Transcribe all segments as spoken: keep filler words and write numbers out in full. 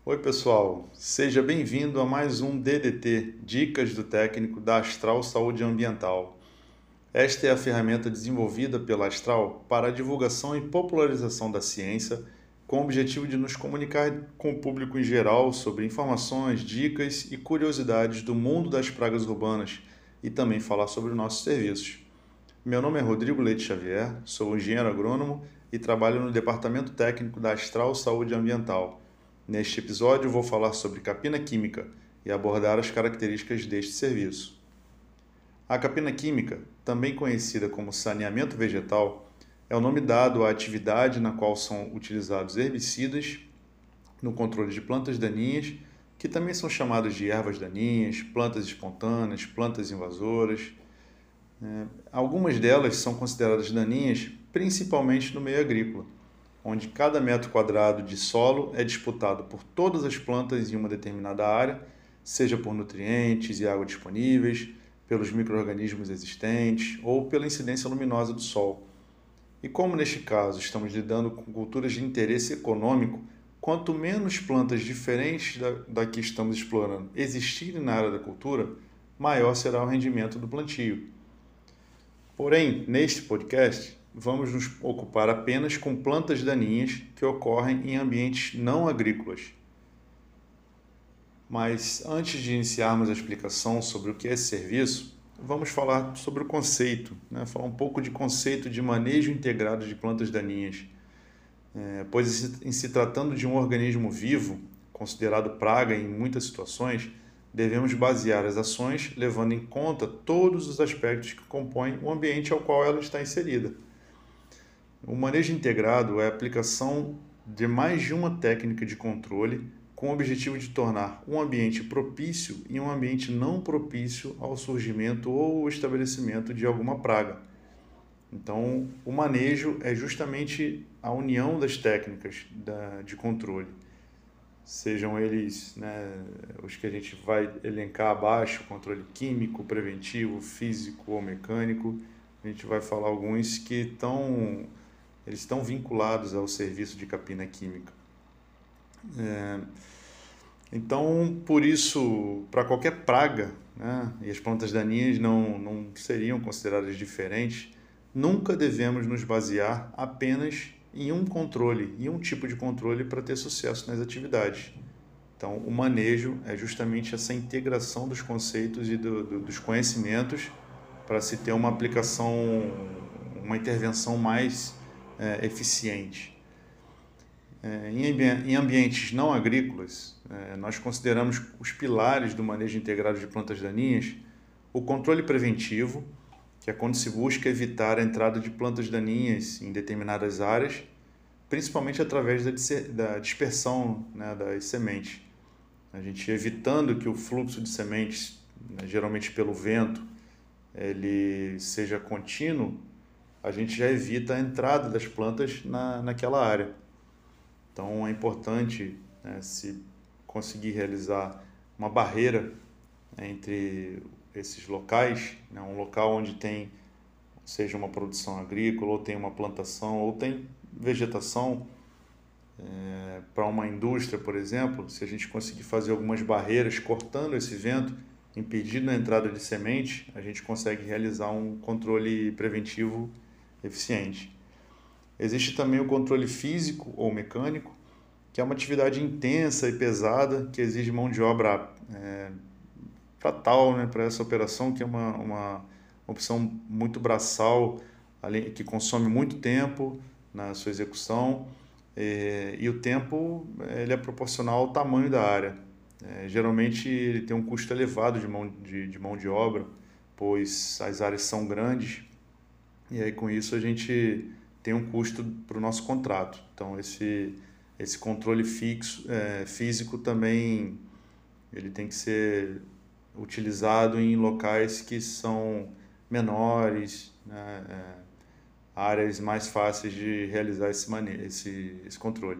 Oi, pessoal, seja bem-vindo a mais um D D T, Dicas do Técnico da Astral Saúde Ambiental. Esta é a ferramenta desenvolvida pela Astral para a divulgação e popularização da ciência, com o objetivo de nos comunicar com o público em geral sobre informações, dicas e curiosidades do mundo das pragas urbanas e também falar sobre os nossos serviços. Meu nome é Rodrigo Leite Xavier, sou engenheiro agrônomo e trabalho no Departamento Técnico da Astral Saúde Ambiental. Neste episódio, vou falar sobre capina química e abordar as características deste serviço. A capina química, também conhecida como saneamento vegetal, é o nome dado à atividade na qual são utilizados herbicidas no controle de plantas daninhas, que também são chamadas de ervas daninhas, plantas espontâneas, plantas invasoras. Algumas delas são consideradas daninhas principalmente no meio agrícola, onde cada metro quadrado de solo é disputado por todas as plantas em uma determinada área, seja por nutrientes e água disponíveis, pelos micro-organismos existentes ou pela incidência luminosa do sol. E como neste caso estamos lidando com culturas de interesse econômico, quanto menos plantas diferentes da, da que estamos explorando existirem na área da cultura, maior será o rendimento do plantio. Porém, neste podcast, vamos nos ocupar apenas com plantas daninhas que ocorrem em ambientes não agrícolas. Mas antes de iniciarmos a explicação sobre o que é esse serviço, vamos falar sobre o conceito, né? Falar um pouco de conceito de manejo integrado de plantas daninhas. É, pois em se tratando de um organismo vivo, considerado praga em muitas situações, devemos basear as ações levando em conta todos os aspectos que compõem o ambiente ao qual ela está inserida. O manejo integrado é a aplicação de mais de uma técnica de controle com o objetivo de tornar um ambiente propício e um ambiente não propício ao surgimento ou estabelecimento de alguma praga. Então, o manejo é justamente a união das técnicas de controle. Sejam eles, né, os que a gente vai elencar abaixo, controle químico, preventivo, físico ou mecânico. A gente vai falar alguns que estão, eles estão vinculados ao serviço de capina química. É, então, por isso, para qualquer praga, né, e as plantas daninhas não, não seriam consideradas diferentes, nunca devemos nos basear apenas em um controle, em um tipo de controle para ter sucesso nas atividades. Então, o manejo é justamente essa integração dos conceitos e do, do, dos conhecimentos para se ter uma aplicação, uma intervenção mais é, eficiente. É, em, ambi- em ambientes não agrícolas, é, nós consideramos os pilares do manejo integrado de plantas daninhas o controle preventivo, que é quando se busca evitar a entrada de plantas daninhas em determinadas áreas, principalmente através da, da dispersão, né, das sementes. A gente evitando que o fluxo de sementes, né, geralmente pelo vento, ele seja contínuo, a gente já evita a entrada das plantas na, naquela área. Então é importante, né, se conseguir realizar uma barreira entre esses locais, né, um local onde tem, seja uma produção agrícola, ou tem uma plantação, ou tem vegetação, é, para uma indústria, por exemplo, se a gente conseguir fazer algumas barreiras cortando esse vento, impedindo a entrada de semente, a gente consegue realizar um controle preventivo eficiente. Existe também o controle físico ou mecânico, que é uma atividade intensa e pesada que exige mão de obra é, para tal, né, para essa operação, que é uma, uma opção muito braçal, que consome muito tempo na sua execução, e, e o tempo ele é proporcional ao tamanho da área. É, geralmente ele tem um custo elevado de mão de, de mão de obra, pois as áreas são grandes, e aí com isso a gente tem um custo para o nosso contrato. Então esse, esse controle fixo, é, físico também ele tem que ser utilizado em locais que são menores, né, é, áreas mais fáceis de realizar esse, mane- esse, esse controle.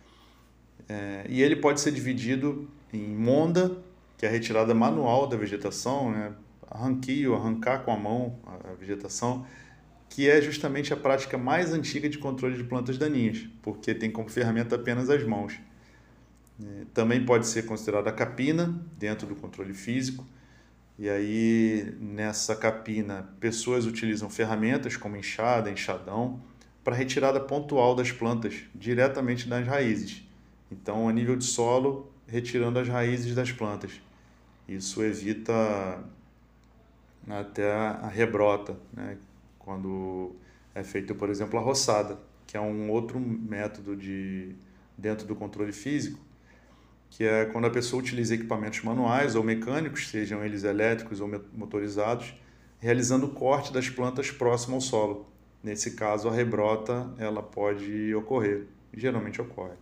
É, e ele pode ser dividido em monda, que é a retirada manual da vegetação, né, arranquio, arrancar com a mão a vegetação, que é justamente a prática mais antiga de controle de plantas daninhas, porque tem como ferramenta apenas as mãos. Também pode ser considerada a capina dentro do controle físico. E aí, nessa capina, pessoas utilizam ferramentas como enxada, enxadão, para retirada pontual das plantas, diretamente das raízes. Então, a nível de solo, retirando as raízes das plantas. Isso evita até a rebrota, né? Quando é feito, por exemplo, a roçada, que é um outro método de, dentro do controle físico, que é quando a pessoa utiliza equipamentos manuais ou mecânicos, sejam eles elétricos ou motorizados, realizando o corte das plantas próximo ao solo. Nesse caso, a rebrota ela pode ocorrer, geralmente ocorre.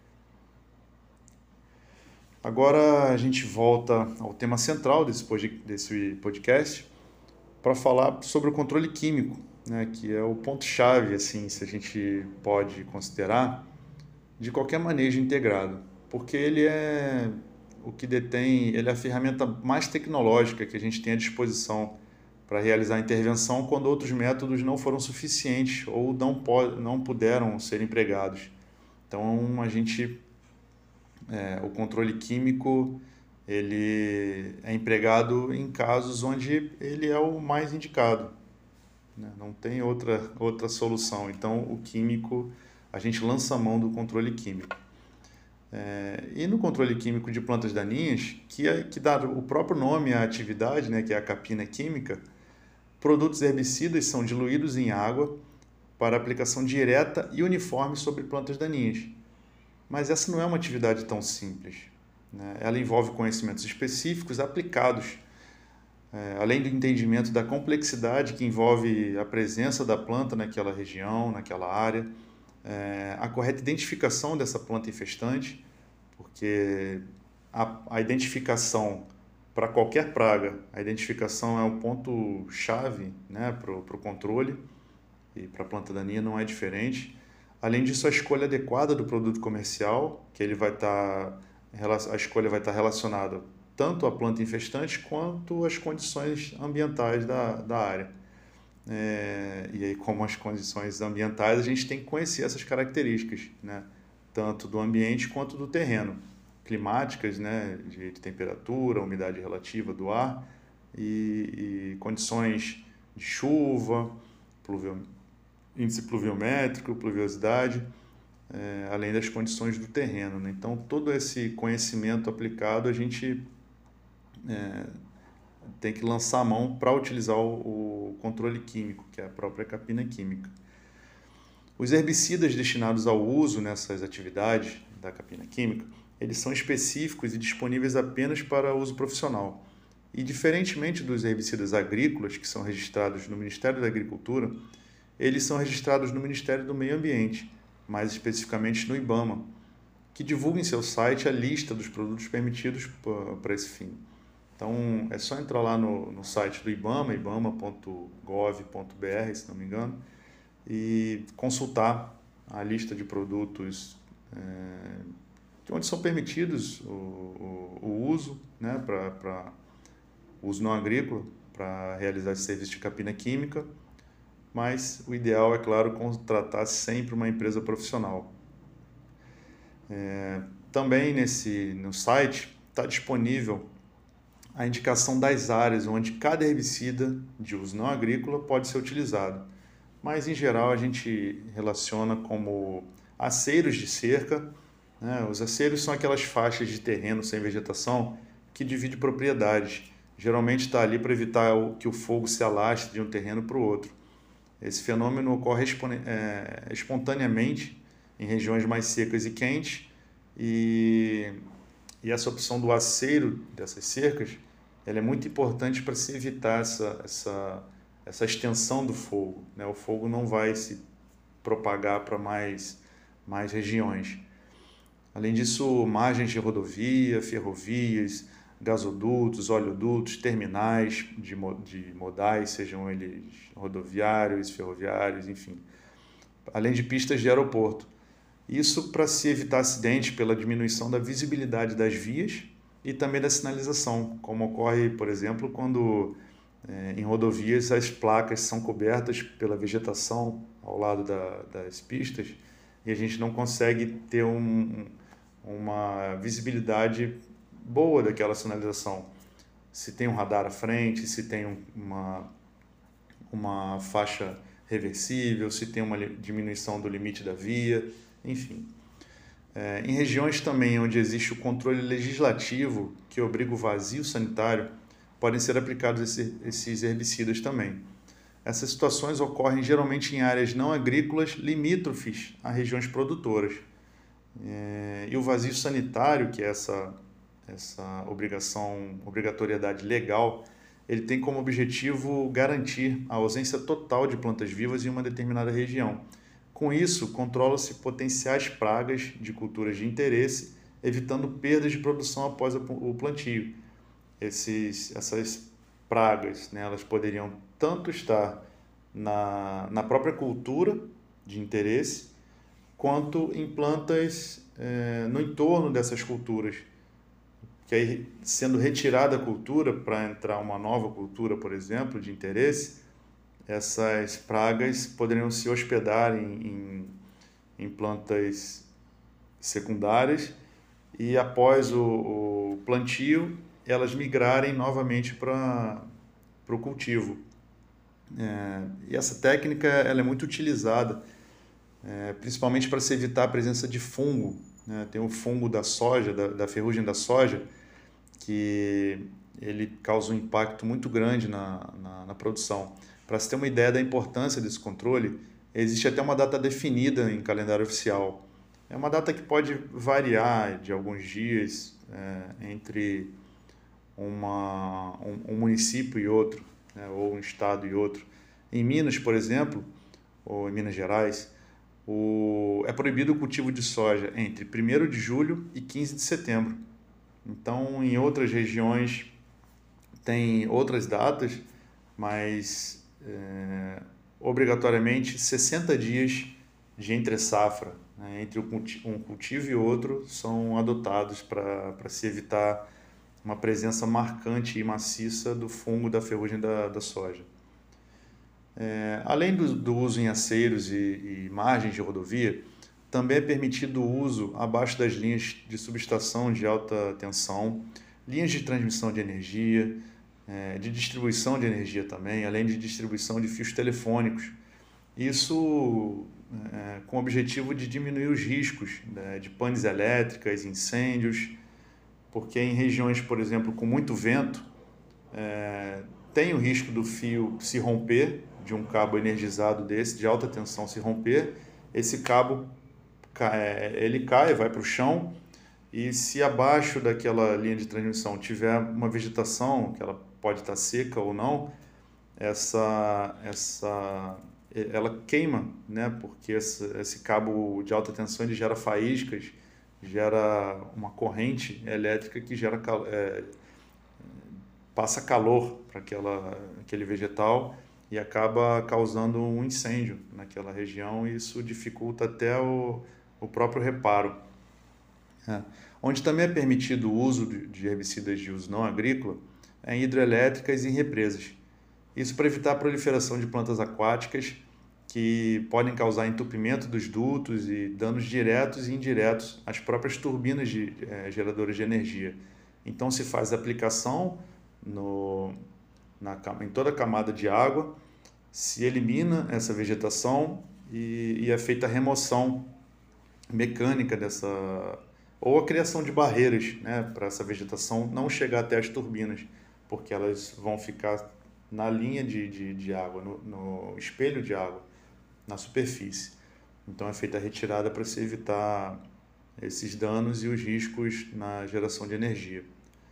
Agora a gente volta ao tema central desse podcast para falar sobre o controle químico, né, que é o ponto-chave, assim, se a gente pode considerar, de qualquer manejo integrado, porque ele é o que detém, ele é a ferramenta mais tecnológica que a gente tem à disposição para realizar a intervenção quando outros métodos não foram suficientes ou não, pod- não puderam ser empregados. Então, a gente, é, o controle químico, ele é empregado em casos onde ele é o mais indicado, né? Não tem outra, outra solução. Então, o químico, a gente lança a mão do controle químico. É, e no controle químico de plantas daninhas, que, é, que dá o próprio nome à atividade, né, que é a capina química, produtos herbicidas são diluídos em água para aplicação direta e uniforme sobre plantas daninhas. Mas essa não é uma atividade tão simples, né? Ela envolve conhecimentos específicos aplicados, é, além do entendimento da complexidade que envolve a presença da planta naquela região, naquela área, é, a correta identificação dessa planta infestante, porque a, a identificação para qualquer praga, a identificação é o ponto-chave, né, para o controle, e para a planta daninha não é diferente. Além disso, a escolha adequada do produto comercial, que ele vai estar, a escolha vai estar relacionada tanto à planta infestante quanto às condições ambientais da, da área. É, e aí, como as condições ambientais, a gente tem que conhecer essas características, né, tanto do ambiente quanto do terreno, climáticas, né, de, de temperatura, umidade relativa do ar e, e condições de chuva, pluvio, índice pluviométrico, pluviosidade, é, além das condições do terreno, né? Então, todo esse conhecimento aplicado, a gente é, tem que lançar a mão para utilizar o, o controle químico, que é a própria capina química. Os herbicidas destinados ao uso nessas atividades da capina química, eles são específicos e disponíveis apenas para uso profissional. E, diferentemente dos herbicidas agrícolas, que são registrados no Ministério da Agricultura, eles são registrados no Ministério do Meio Ambiente, mais especificamente no IBAMA, que divulga em seu site a lista dos produtos permitidos para esse fim. Então, é só entrar lá no, no site do IBAMA, ibama ponto gov ponto br, se não me engano, e consultar a lista de produtos é, onde são permitidos o, o, o uso, né, para uso não agrícola, para realizar esse serviço de capina química, mas o ideal é, claro, contratar sempre uma empresa profissional. É, também nesse, no site está disponível a indicação das áreas onde cada herbicida de uso não agrícola pode ser utilizado, mas em geral a gente relaciona como aceiros de cerca, né? Os aceiros são aquelas faixas de terreno sem vegetação que dividem propriedades, geralmente está ali para evitar que o fogo se alastre de um terreno para o outro. Esse fenômeno ocorre é, espontaneamente em regiões mais secas e quentes, e, e essa opção do aceiro dessas cercas ela é muito importante para se evitar essa, essa, essa extensão do fogo, né? O fogo não vai se propagar para mais, mais regiões. Além disso, margens de rodovia, ferrovias, gasodutos, oleodutos, terminais de, de modais, sejam eles rodoviários, ferroviários, enfim. Além de pistas de aeroporto. Isso para se evitar acidentes pela diminuição da visibilidade das vias e também da sinalização, como ocorre, por exemplo, quando é, em rodovias as placas são cobertas pela vegetação ao lado da, das pistas e a gente não consegue ter um, uma visibilidade boa daquela sinalização. Se tem um radar à frente, se tem um, uma, uma faixa reversível, se tem uma diminuição do limite da via, enfim. É, em regiões também onde existe o controle legislativo que obriga o vazio sanitário, podem ser aplicados esse, esses herbicidas também. Essas situações ocorrem geralmente em áreas não agrícolas limítrofes a regiões produtoras. É, e o vazio sanitário, que é essa, essa obrigação, obrigatoriedade legal, ele tem como objetivo garantir a ausência total de plantas vivas em uma determinada região. Com isso, controla-se potenciais pragas de culturas de interesse, evitando perdas de produção após o plantio. Esses, essas pragas, né, elas poderiam tanto estar na, na própria cultura de interesse, quanto em plantas eh, no entorno dessas culturas. Que aí, sendo retirada a cultura para entrar uma nova cultura, por exemplo, de interesse, essas pragas poderiam se hospedar em, em, em plantas secundárias e após o, o plantio elas migrarem novamente para o cultivo. É, e essa técnica ela é muito utilizada, é, principalmente para se evitar a presença de fungo, né? Tem o fungo da soja, da, da ferrugem da soja, que ele causa um impacto muito grande na, na, na produção. Para se ter uma ideia da importância desse controle, existe até uma data definida em calendário oficial. É uma data que pode variar de alguns dias é, entre uma, um, um município e outro, né, ou um estado e outro. Em Minas, por exemplo, ou em Minas Gerais, o, é proibido o cultivo de soja entre primeiro de julho e quinze de setembro. Então, em outras regiões tem outras datas, mas é, obrigatoriamente sessenta dias de entre-safra, né, entre um cultivo e outro, são adotados para se evitar uma presença marcante e maciça do fungo da ferrugem da, da soja. É, além do, do uso em aceiros e, e margens de rodovia, também é permitido o uso abaixo das linhas de subestação de alta tensão, linhas de transmissão de energia, é, de distribuição de energia também, além de distribuição de fios telefônicos. Isso é, com o objetivo de diminuir os riscos, né, de panes elétricas, incêndios, porque em regiões, por exemplo, com muito vento, é, tem o risco do fio se romper, de um cabo energizado desse, de alta tensão se romper, esse cabo ele cai, vai para o chão, e se abaixo daquela linha de transmissão tiver uma vegetação, que ela pode estar seca ou não, essa, essa, ela queima, né? Porque esse, esse cabo de alta tensão ele gera faíscas, gera uma corrente elétrica que gera, é, passa calor para aquela, aquele vegetal e acaba causando um incêndio naquela região, e isso dificulta até o, o próprio reparo. É. Onde também é permitido o uso de herbicidas de uso não agrícola é em hidrelétricas e em represas. Isso para evitar a proliferação de plantas aquáticas que podem causar entupimento dos dutos e danos diretos e indiretos às próprias turbinas de, é, geradoras de energia. Então se faz a aplicação no, na, em toda a camada de água, se elimina essa vegetação e, e é feita a remoção mecânica dessa, ou a criação de barreiras, né, para essa vegetação não chegar até as turbinas, porque elas vão ficar na linha de, de, de água, no, no espelho de água, na superfície. Então é feita a retirada para se evitar esses danos e os riscos na geração de energia.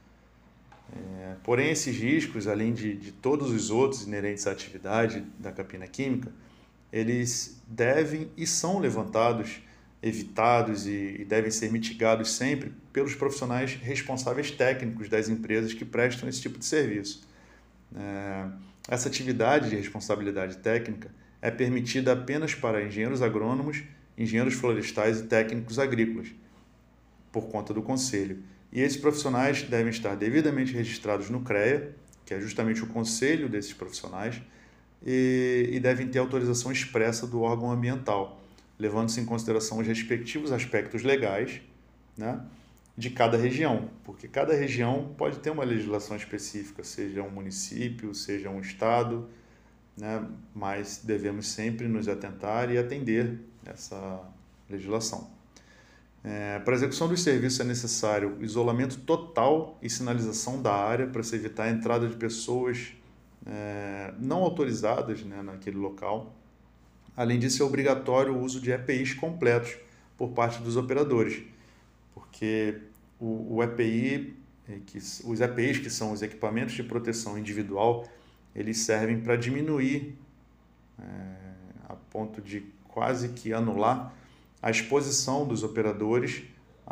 É, porém, esses riscos, além de, de todos os outros inerentes à atividade da capina química, eles devem e são levantados, evitados e, e devem ser mitigados sempre pelos profissionais responsáveis técnicos das empresas que prestam esse tipo de serviço. É, essa atividade de responsabilidade técnica é permitida apenas para engenheiros agrônomos, engenheiros florestais e técnicos agrícolas, por conta do Conselho. E esses profissionais devem estar devidamente registrados no CREA, que é justamente o conselho desses profissionais, e, e devem ter autorização expressa do órgão ambiental, levando-se em consideração os respectivos aspectos legais, né, de cada região, porque cada região pode ter uma legislação específica, seja um município, seja um estado, né, mas devemos sempre nos atentar e atender essa legislação. É, para a execução dos serviços é necessário isolamento total e sinalização da área para se evitar a entrada de pessoas é, não autorizadas, né, naquele local. Além disso, é obrigatório o uso de E P Is completos por parte dos operadores, porque o, o E P I, que, os E P Is, que são os equipamentos de proteção individual, eles servem para diminuir, é, a ponto de quase que anular a exposição dos operadores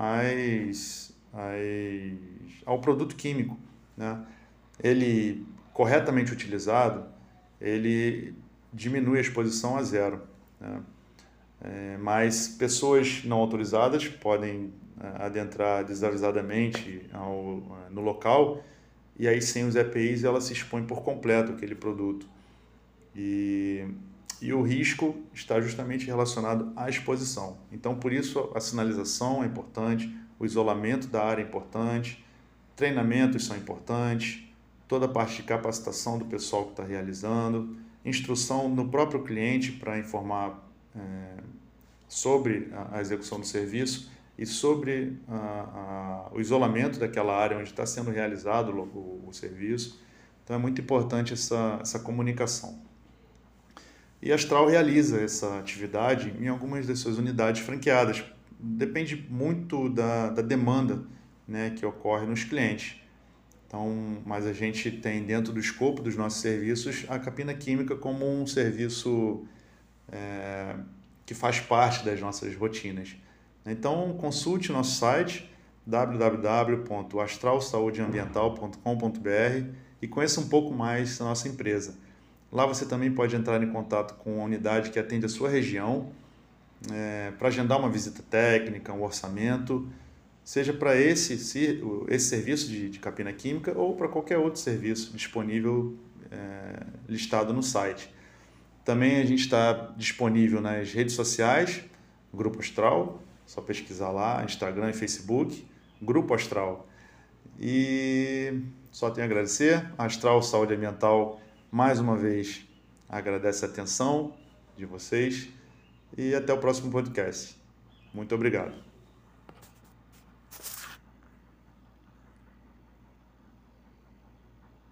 às, às, ao produto químico, né? Ele, corretamente utilizado, ele diminui a exposição a zero, né? É, mas pessoas não autorizadas podem é, adentrar desavisadamente ao, no local, e aí sem os E P Is ela se expõe por completo àquele produto. E, e o risco está justamente relacionado à exposição. Então, por isso, a sinalização é importante, o isolamento da área é importante, treinamentos são importantes, toda a parte de capacitação do pessoal que está realizando, instrução no próprio cliente para informar é, sobre a, a execução do serviço e sobre a, a, o isolamento daquela área onde está sendo realizado o, o, o serviço. Então, é muito importante essa, essa comunicação. E a Astral realiza essa atividade em algumas das suas unidades franqueadas. Depende muito da, da demanda, né, que ocorre nos clientes. Então, mas a gente tem dentro do escopo dos nossos serviços a Capina Química como um serviço é, que faz parte das nossas rotinas. Então, consulte nosso site w w w ponto astral saúde ambiental ponto com ponto b r e conheça um pouco mais da nossa empresa. Lá você também pode entrar em contato com a unidade que atende a sua região é, para agendar uma visita técnica, um orçamento, seja para esse, esse serviço de, de capina química ou para qualquer outro serviço disponível é, listado no site. Também a gente está disponível nas redes sociais, Grupo Astral, só pesquisar lá, Instagram e Facebook, Grupo Astral. E só tenho a agradecer, a Astral Saúde Ambiental mais uma vez agradece a atenção de vocês e até o próximo podcast. Muito obrigado.